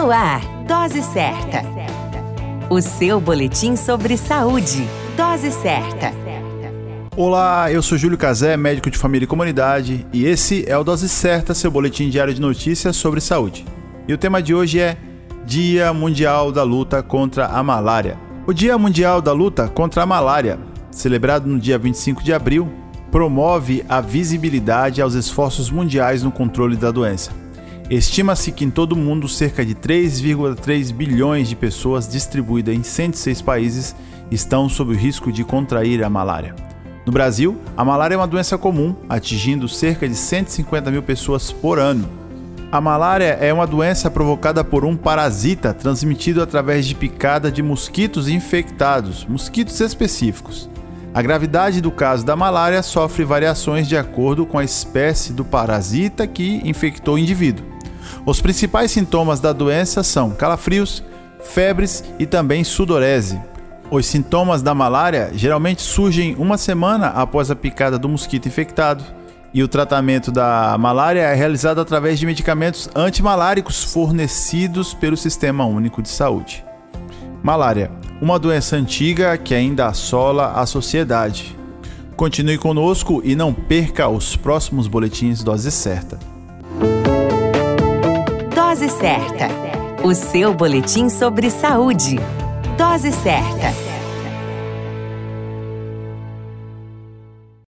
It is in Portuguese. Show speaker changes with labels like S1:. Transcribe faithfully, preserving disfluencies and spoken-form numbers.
S1: No ar, Dose Certa. O seu boletim sobre saúde. Dose Certa.
S2: Olá, eu sou Júlio Cazé, médico de família e comunidade, e esse é o Dose Certa, seu boletim diário de notícias sobre saúde. E o tema de hoje é Dia Mundial da Luta contra a Malária. O Dia Mundial da Luta contra a Malária, celebrado no dia vinte e cinco de abril, promove a visibilidade aos esforços mundiais no controle da doença. Estima-se que em todo o mundo cerca de três vírgula três bilhões de pessoas distribuídas em cento e seis países estão sob o risco de contrair a malária. No Brasil, a malária é uma doença comum, atingindo cerca de cento e cinquenta mil pessoas por ano. A malária é uma doença provocada por um parasita transmitido através de picada de mosquitos infectados, mosquitos específicos. A gravidade do caso da malária sofre variações de acordo com a espécie do parasita que infectou o indivíduo. Os principais sintomas da doença são calafrios, febres e também sudorese. Os sintomas da malária geralmente surgem uma semana após a picada do mosquito infectado, e o tratamento da malária é realizado através de medicamentos antimaláricos fornecidos pelo Sistema Único de Saúde. Malária, uma doença antiga que ainda assola a sociedade. Continue conosco e não perca os próximos boletins Dose Certa.
S1: Dose Certa. O seu boletim sobre saúde. Dose Certa.